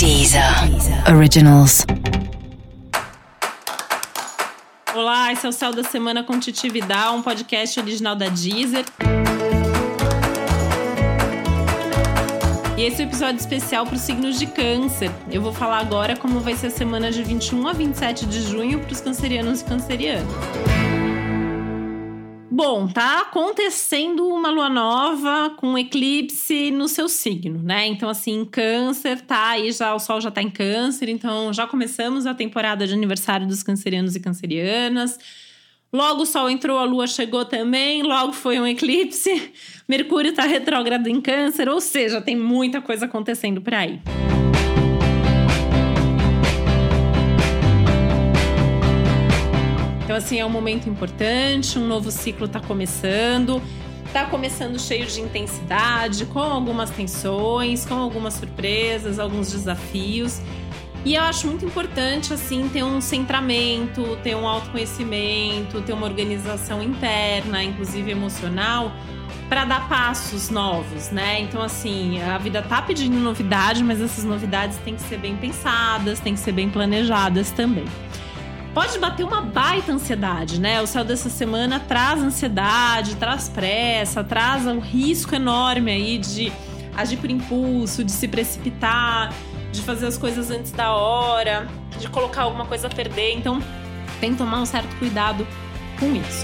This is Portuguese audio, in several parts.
Deezer Originals. Olá, esse é o Céu da Semana com Titi Vidal, um podcast original da Deezer. E esse é o um episódio especial para os signos de Câncer. Eu vou falar agora como vai ser a semana de 21 a 27 de junho para os cancerianos e cancerianas. Bom, tá acontecendo uma lua nova com eclipse no seu signo, né? Então, assim, Câncer tá aí, o Sol já tá em Câncer, então já começamos a temporada de aniversário dos cancerianos e cancerianas. Logo o Sol entrou, a Lua chegou também, logo foi um eclipse. Mercúrio tá retrógrado em Câncer, ou seja, tem muita coisa acontecendo por aí. Então, assim, é um momento importante, um novo ciclo tá começando cheio de intensidade, com algumas tensões, com algumas surpresas, alguns desafios. E eu acho muito importante, assim, ter um centramento, ter um autoconhecimento, ter uma organização interna, inclusive emocional, para dar passos novos, né? Então, assim, a vida tá pedindo novidade, mas essas novidades têm que ser bem pensadas, têm que ser bem planejadas também. Pode bater uma baita ansiedade, né? O céu dessa semana traz ansiedade, traz pressa, traz um risco enorme aí de agir por impulso, de se precipitar, de fazer as coisas antes da hora, de colocar alguma coisa a perder. Então, tem que tomar um certo cuidado com isso.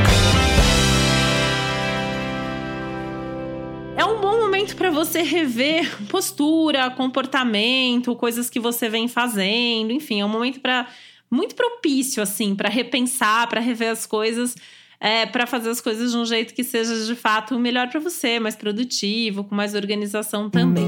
É um bom momento para você rever postura, comportamento, coisas que você vem fazendo. Enfim, é um momento muito propício, assim, para repensar, para rever as coisas, para fazer as coisas de um jeito que seja, de fato, melhor para você, mais produtivo, com mais organização também.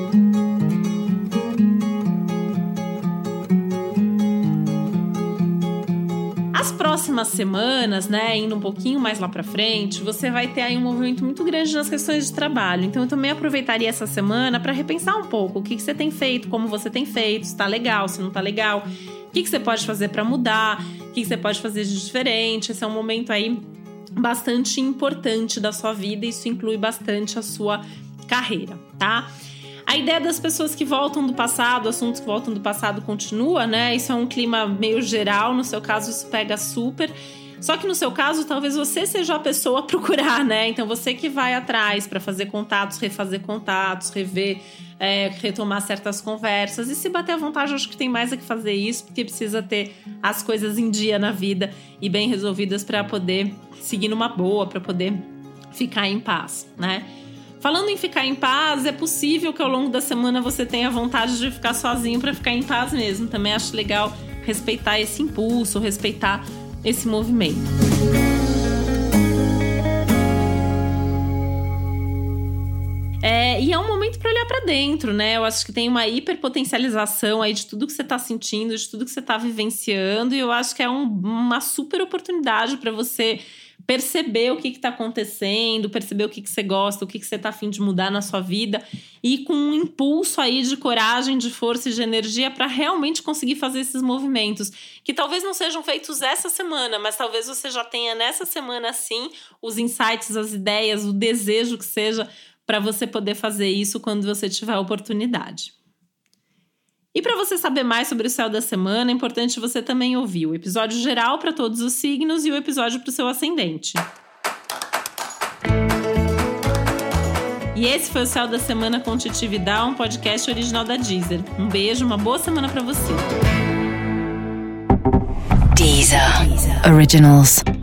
As próximas semanas, né, indo um pouquinho mais lá pra frente, você vai ter aí um movimento muito grande nas questões de trabalho. Então, eu também aproveitaria essa semana para repensar um pouco o que você tem feito, como você tem feito, se tá legal, se não tá legal, o que você pode fazer para mudar, o que você pode fazer de diferente. Esse é um momento aí bastante importante da sua vida e isso inclui bastante a sua carreira, tá? A ideia das pessoas que voltam do passado, assuntos que voltam do passado continua, né? Isso é um clima meio geral, no seu caso isso pega super. Só que no seu caso, talvez você seja a pessoa a procurar, né? Então você que vai atrás para fazer contatos, refazer contatos, rever, retomar certas conversas. E se bater à vontade, eu acho que tem mais a que fazer isso, porque precisa ter as coisas em dia na vida e bem resolvidas para poder seguir numa boa, para poder ficar em paz, né? Falando em ficar em paz, é possível que ao longo da semana você tenha vontade de ficar sozinho para ficar em paz mesmo. Também acho legal respeitar esse impulso, respeitar esse movimento. E é um momento para olhar para dentro, né? Eu acho que tem uma hiperpotencialização aí de tudo que você está sentindo, de tudo que você está vivenciando. E eu acho que é uma super oportunidade para você perceber o que está acontecendo, perceber o que você gosta, o que você está a fim de mudar na sua vida e com um impulso aí de coragem, de força e de energia para realmente conseguir fazer esses movimentos que talvez não sejam feitos essa semana, mas talvez você já tenha nessa semana sim os insights, as ideias, o desejo que seja para você poder fazer isso quando você tiver a oportunidade. E para você saber mais sobre o céu da semana, é importante você também ouvir o episódio geral para todos os signos e o episódio para o seu ascendente. E esse foi o Céu da Semana com Titi Vidal, um podcast original da Deezer. Um beijo, uma boa semana para você. Deezer Originals.